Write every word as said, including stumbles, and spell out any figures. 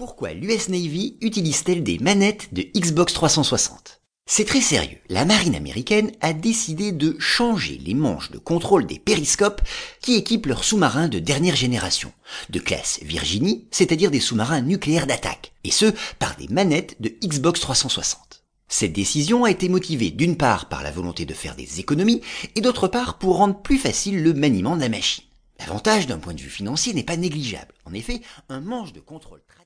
Pourquoi l'U S Navy utilise-t-elle des manettes de Xbox trois cent soixante? C'est très sérieux, la marine américaine a décidé de changer les manches de contrôle des périscopes qui équipent leurs sous-marins de dernière génération, de classe Virginie, c'est-à-dire des sous-marins nucléaires d'attaque, et ce, par des manettes de Xbox trois cent soixante. Cette décision a été motivée d'une part par la volonté de faire des économies, et d'autre part pour rendre plus facile le maniement de la machine. L'avantage d'un point de vue financier n'est pas négligeable. En effet, un manche de contrôle